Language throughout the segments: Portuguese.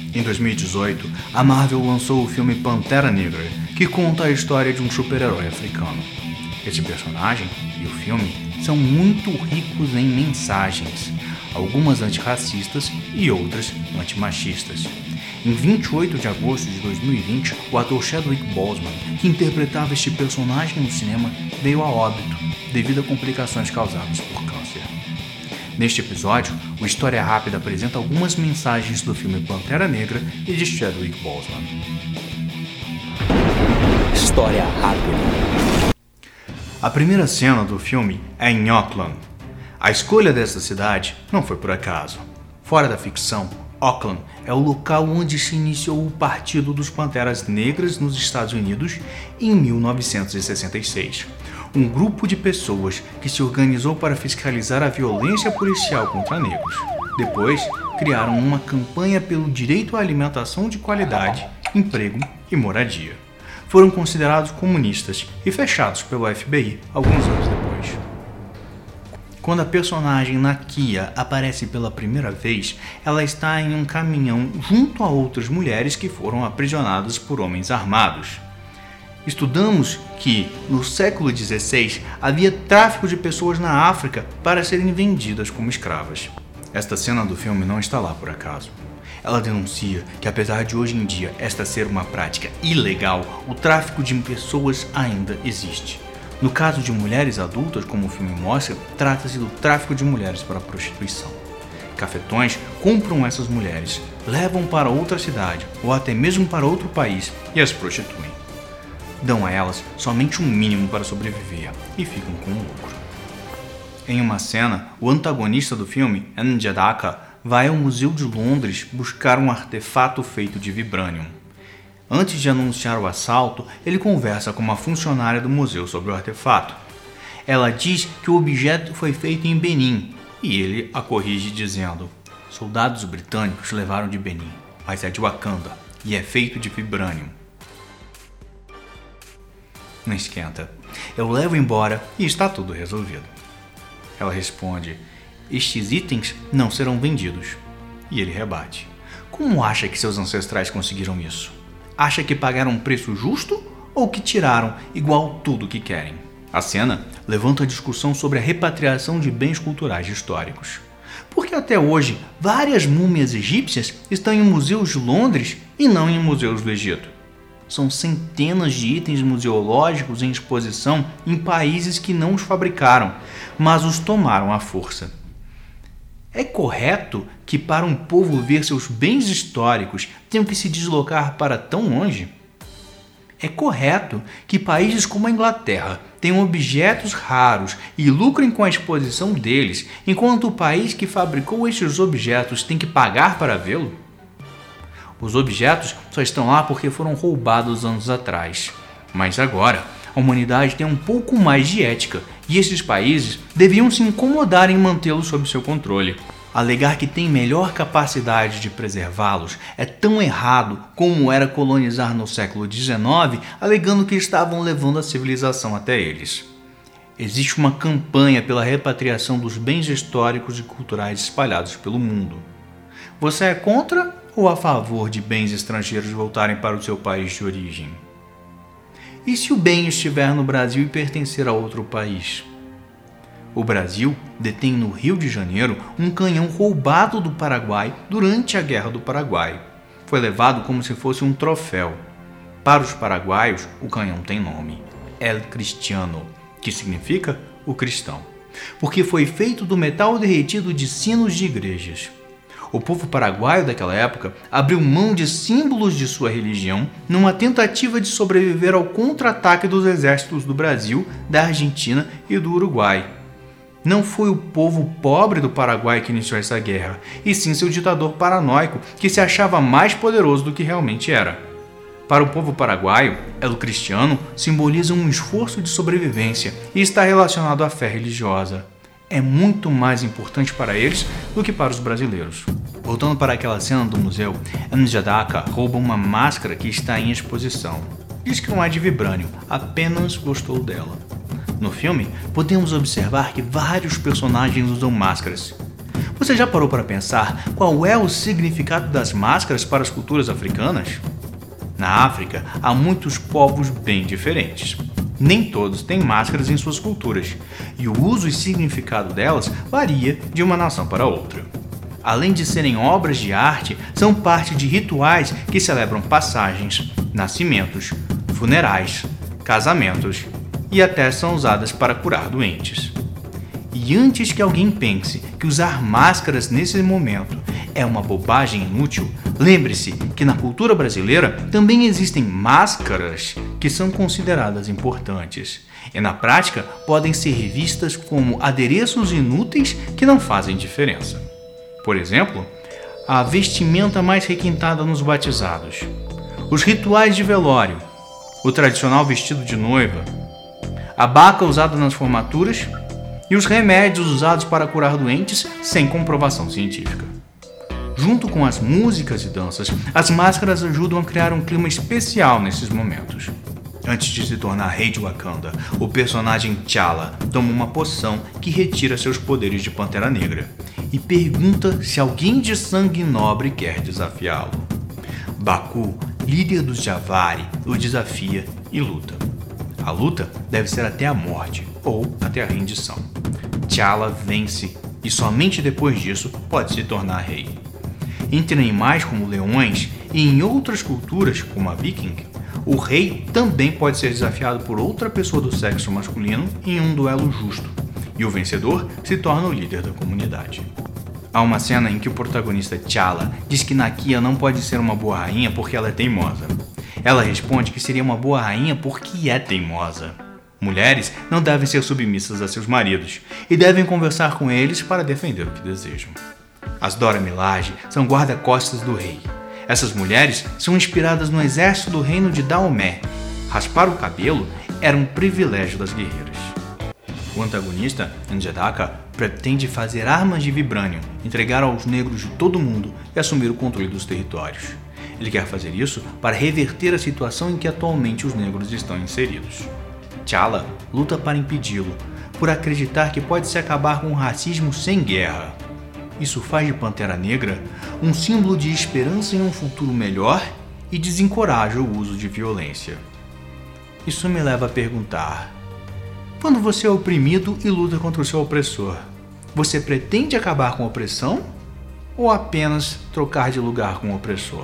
Em 2018, a Marvel lançou o filme Pantera Negra, que conta a história de um super-herói africano. Esse personagem e o filme são muito ricos em mensagens, algumas antirracistas e outras antimachistas. Em 28 de agosto de 2020, o ator Chadwick Boseman, que interpretava este personagem no cinema, veio a óbito devido a complicações causadas por câncer. Neste episódio, o História Rápida apresenta algumas mensagens do filme Pantera Negra e de Chadwick Boseman. História Rápida. A primeira cena do filme é em Auckland. A escolha dessa cidade não foi por acaso. Fora da ficção, Auckland é o local onde se iniciou o Partido dos Panteras Negras nos Estados Unidos em 1966. Um grupo de pessoas que se organizou para fiscalizar a violência policial contra negros. Depois, criaram uma campanha pelo direito à alimentação de qualidade, emprego e moradia. Foram considerados comunistas e fechados pelo FBI alguns anos depois. Quando a personagem Nakia aparece pela primeira vez, ela está em um caminhão junto a outras mulheres que foram aprisionadas por homens armados. Estudamos que, no século XVI, havia tráfico de pessoas na África para serem vendidas como escravas. Esta cena do filme não está lá por acaso. Ela denuncia que, apesar de hoje em dia esta ser uma prática ilegal, o tráfico de pessoas ainda existe. No caso de mulheres adultas, como o filme mostra, trata-se do tráfico de mulheres para a prostituição. Cafetões compram essas mulheres, levam para outra cidade ou até mesmo para outro país e as prostituem. Dão a elas somente um mínimo para sobreviver e ficam com o lucro. Em uma cena, o antagonista do filme, Njadaka, vai ao Museu de Londres buscar um artefato feito de vibranium. Antes de anunciar o assalto, ele conversa com uma funcionária do museu sobre o artefato. Ela diz que o objeto foi feito em Benin e ele a corrige dizendo: soldados britânicos levaram de Benin, mas é de Wakanda e é feito de vibranium. Não esquenta. Eu levo embora e está tudo resolvido. Ela responde: estes itens não serão vendidos. E ele rebate: como acha que seus ancestrais conseguiram isso? Acha que pagaram um preço justo ou que tiraram igual tudo que querem? A cena levanta a discussão sobre a repatriação de bens culturais históricos. Porque até hoje, várias múmias egípcias estão em museus de Londres e não em museus do Egito. São centenas de itens museológicos em exposição em países que não os fabricaram, mas os tomaram à força. É correto que para um povo ver seus bens históricos tenham que se deslocar para tão longe? É correto que países como a Inglaterra tenham objetos raros e lucrem com a exposição deles, enquanto o país que fabricou estes objetos tem que pagar para vê-lo? Os objetos só estão lá porque foram roubados anos atrás. Mas agora, a humanidade tem um pouco mais de ética e esses países deviam se incomodar em mantê-los sob seu controle. Alegar que tem melhor capacidade de preservá-los é tão errado como era colonizar no século XIX, alegando que estavam levando a civilização até eles. Existe uma campanha pela repatriação dos bens históricos e culturais espalhados pelo mundo. Você é contra ou a favor de bens estrangeiros voltarem para o seu país de origem? E se o bem estiver no Brasil e pertencer a outro país? O Brasil detém no Rio de Janeiro um canhão roubado do Paraguai durante a Guerra do Paraguai. Foi levado como se fosse um troféu. Para os paraguaios, o canhão tem nome: El Cristiano, que significa o cristão, porque foi feito do metal derretido de sinos de igrejas. O povo paraguaio daquela época abriu mão de símbolos de sua religião numa tentativa de sobreviver ao contra-ataque dos exércitos do Brasil, da Argentina e do Uruguai. Não foi o povo pobre do Paraguai que iniciou essa guerra, e sim seu ditador paranoico que se achava mais poderoso do que realmente era. Para o povo paraguaio, El Cristiano simboliza um esforço de sobrevivência e está relacionado à fé religiosa. É muito mais importante para eles do que para os brasileiros. Voltando para aquela cena do museu, Njadaka rouba uma máscara que está em exposição. Diz que não é de vibrânio, apenas gostou dela. No filme, podemos observar que vários personagens usam máscaras. Você já parou para pensar qual é o significado das máscaras para as culturas africanas? Na África, há muitos povos bem diferentes. Nem todos têm máscaras em suas culturas, e o uso e significado delas varia de uma nação para outra. Além de serem obras de arte, são parte de rituais que celebram passagens, nascimentos, funerais, casamentos e até são usadas para curar doentes. E antes que alguém pense que usar máscaras nesse momento é uma bobagem inútil, lembre-se que na cultura brasileira também existem máscaras que são consideradas importantes e na prática podem ser vistas como adereços inúteis que não fazem diferença. Por exemplo, a vestimenta mais requintada nos batizados, os rituais de velório, o tradicional vestido de noiva, a baca usada nas formaturas e os remédios usados para curar doentes sem comprovação científica. Junto com as músicas e danças, as máscaras ajudam a criar um clima especial nesses momentos. Antes de se tornar rei de Wakanda, o personagem T'Challa toma uma poção que retira seus poderes de Pantera Negra e pergunta se alguém de sangue nobre quer desafiá-lo. Baku, líder dos Javari, o desafia e luta. A luta deve ser até a morte ou até a rendição. T'Challa vence e somente depois disso pode se tornar rei. Entre animais como leões e em outras culturas, como a viking, o rei também pode ser desafiado por outra pessoa do sexo masculino em um duelo justo, e o vencedor se torna o líder da comunidade. Há uma cena em que o protagonista T'Challa diz que Nakia não pode ser uma boa rainha porque ela é teimosa. Ela responde que seria uma boa rainha porque é teimosa. Mulheres não devem ser submissas a seus maridos e devem conversar com eles para defender o que desejam. As Dora Milaje são guarda-costas do rei. Essas mulheres são inspiradas no exército do reino de Daomé. Raspar o cabelo era um privilégio das guerreiras. O antagonista, N'Jadaka, pretende fazer armas de vibranium, entregar aos negros de todo o mundo e assumir o controle dos territórios. Ele quer fazer isso para reverter a situação em que atualmente os negros estão inseridos. T'Challa luta para impedi-lo, por acreditar que pode-se acabar com o racismo sem guerra. Isso faz de Pantera Negra um símbolo de esperança em um futuro melhor e desencoraja o uso de violência. Isso me leva a perguntar: quando você é oprimido e luta contra o seu opressor, você pretende acabar com a opressão ou apenas trocar de lugar com o opressor?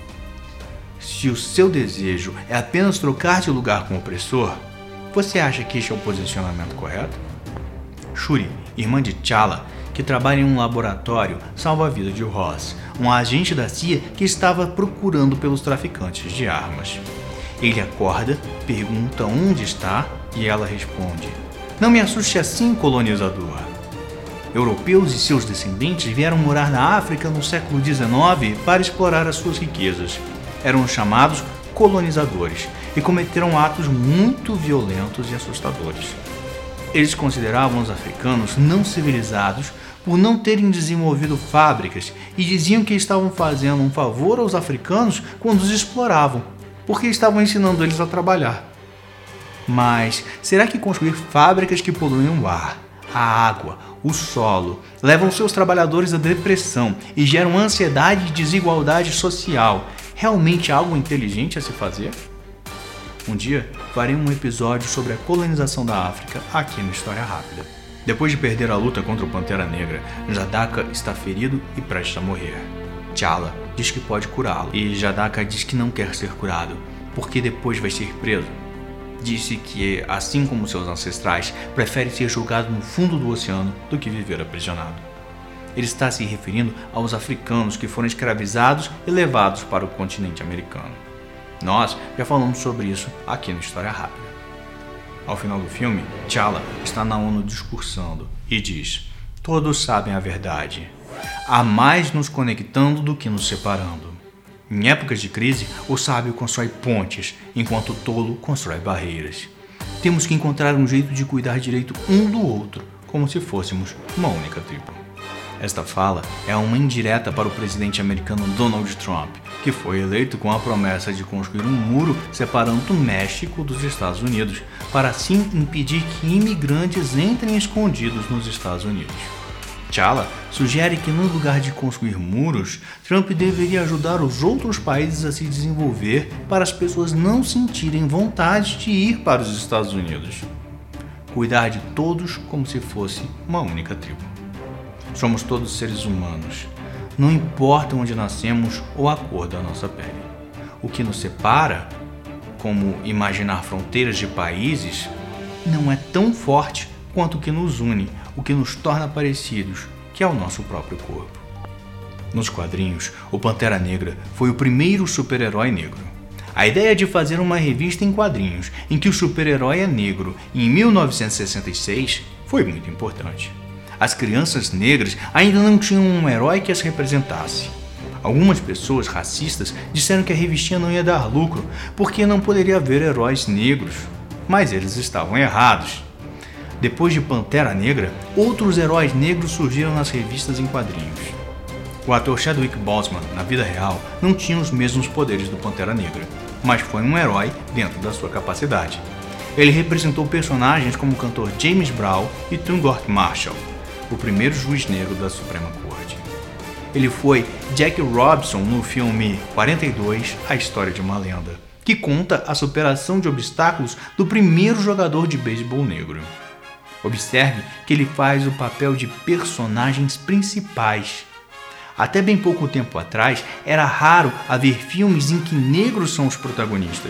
Se o seu desejo é apenas trocar de lugar com o opressor, você acha que este é o posicionamento correto? Shuri, irmã de T'Challa, que trabalha em um laboratório, salva a vida de Ross, um agente da CIA que estava procurando pelos traficantes de armas. Ele acorda, pergunta onde está e ela responde: "Não me assuste assim, colonizador." Europeus e seus descendentes vieram morar na África no século XIX para explorar as suas riquezas. Eram chamados colonizadores e cometeram atos muito violentos e assustadores. Eles consideravam os africanos não civilizados por não terem desenvolvido fábricas e diziam que estavam fazendo um favor aos africanos quando os exploravam, porque estavam ensinando eles a trabalhar. Mas será que construir fábricas que poluem o ar, a água, o solo, levam seus trabalhadores à depressão e geram ansiedade e desigualdade social realmente é algo inteligente a se fazer? Um dia farei um episódio sobre a colonização da África aqui no História Rápida. Depois de perder a luta contra o Pantera Negra, N'Jadaka está ferido e prestes a morrer. T'Challa diz que pode curá-lo e N'Jadaka diz que não quer ser curado, porque depois vai ser preso. Disse que, assim como seus ancestrais, prefere ser jogado no fundo do oceano do que viver aprisionado. Ele está se referindo aos africanos que foram escravizados e levados para o continente americano. Nós já falamos sobre isso aqui no História Rápida. Ao final do filme, T'Challa está na ONU discursando e diz: "Todos sabem a verdade. Há mais nos conectando do que nos separando. Em épocas de crise, o sábio constrói pontes, enquanto o tolo constrói barreiras. Temos que encontrar um jeito de cuidar direito um do outro, como se fôssemos uma única tribo." Esta fala é uma indireta para o presidente americano Donald Trump, que foi eleito com a promessa de construir um muro separando o México dos Estados Unidos, para assim impedir que imigrantes entrem escondidos nos Estados Unidos. T'Challa sugere que, no lugar de construir muros, Trump deveria ajudar os outros países a se desenvolver para as pessoas não sentirem vontade de ir para os Estados Unidos. Cuidar de todos como se fosse uma única tribo. Somos todos seres humanos, não importa onde nascemos ou a cor da nossa pele. O que nos separa, como imaginar fronteiras de países, não é tão forte quanto o que nos une, o que nos torna parecidos, que é o nosso próprio corpo. Nos quadrinhos, o Pantera Negra foi o primeiro super-herói negro. A ideia de fazer uma revista em quadrinhos em que o super-herói é negro em 1966 foi muito importante. As crianças negras ainda não tinham um herói que as representasse. Algumas pessoas racistas disseram que a revistinha não ia dar lucro porque não poderia haver heróis negros, mas eles estavam errados. Depois de Pantera Negra, outros heróis negros surgiram nas revistas em quadrinhos. O ator Chadwick Boseman, na vida real, não tinha os mesmos poderes do Pantera Negra, mas foi um herói dentro da sua capacidade. Ele representou personagens como o cantor James Brown e Thurgood Marshall, o primeiro juiz negro da Suprema Corte. Ele foi Jack Robinson no filme 42, A História de uma Lenda, que conta a superação de obstáculos do primeiro jogador de beisebol negro. Observe que ele faz o papel de personagens principais. Até bem pouco tempo atrás, era raro haver filmes em que negros são os protagonistas.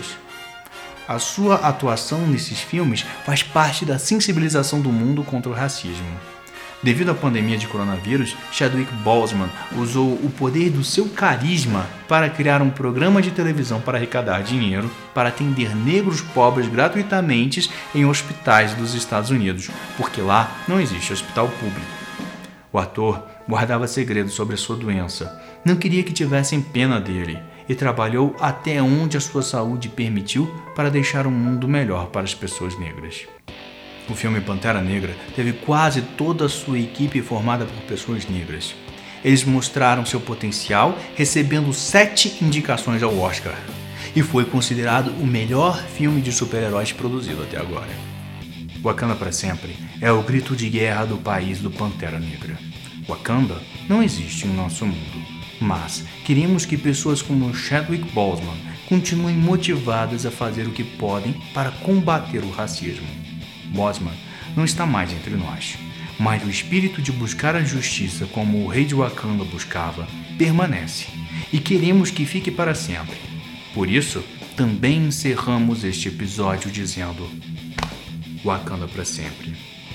A sua atuação nesses filmes faz parte da sensibilização do mundo contra o racismo. Devido à pandemia de coronavírus, Chadwick Boseman usou o poder do seu carisma para criar um programa de televisão para arrecadar dinheiro para atender negros pobres gratuitamente em hospitais dos Estados Unidos, porque lá não existe hospital público. O ator guardava segredos sobre a sua doença, não queria que tivessem pena dele e trabalhou até onde a sua saúde permitiu para deixar um mundo melhor para as pessoas negras. O filme Pantera Negra teve quase toda a sua equipe formada por pessoas negras. Eles mostraram seu potencial, recebendo 7 indicações ao Oscar, e foi considerado o melhor filme de super-heróis produzido até agora. Wakanda para sempre é o grito de guerra do país do Pantera Negra. Wakanda não existe em nosso mundo, mas queremos que pessoas como Chadwick Boseman continuem motivadas a fazer o que podem para combater o racismo. Boseman não está mais entre nós, mas o espírito de buscar a justiça como o rei de Wakanda buscava permanece e queremos que fique para sempre. Por isso, também encerramos este episódio dizendo Wakanda para sempre.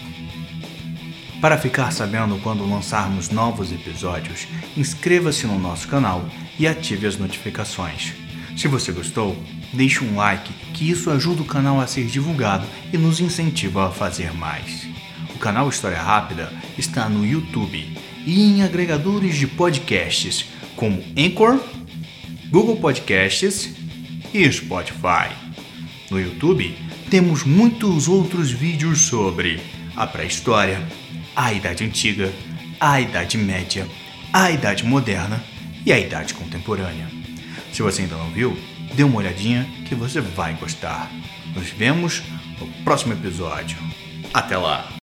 Para ficar sabendo quando lançarmos novos episódios, inscreva-se no nosso canal e ative as notificações. Se você gostou, deixe um like, que isso ajuda o canal a ser divulgado e nos incentiva a fazer mais. O canal História Rápida está no YouTube e em agregadores de podcasts como Anchor, Google Podcasts e Spotify. No YouTube temos muitos outros vídeos sobre a pré-história, a Idade Antiga, a Idade Média, a Idade Moderna e a Idade Contemporânea. Se você ainda não viu, dê uma olhadinha que você vai gostar. Nos vemos no próximo episódio. Até lá!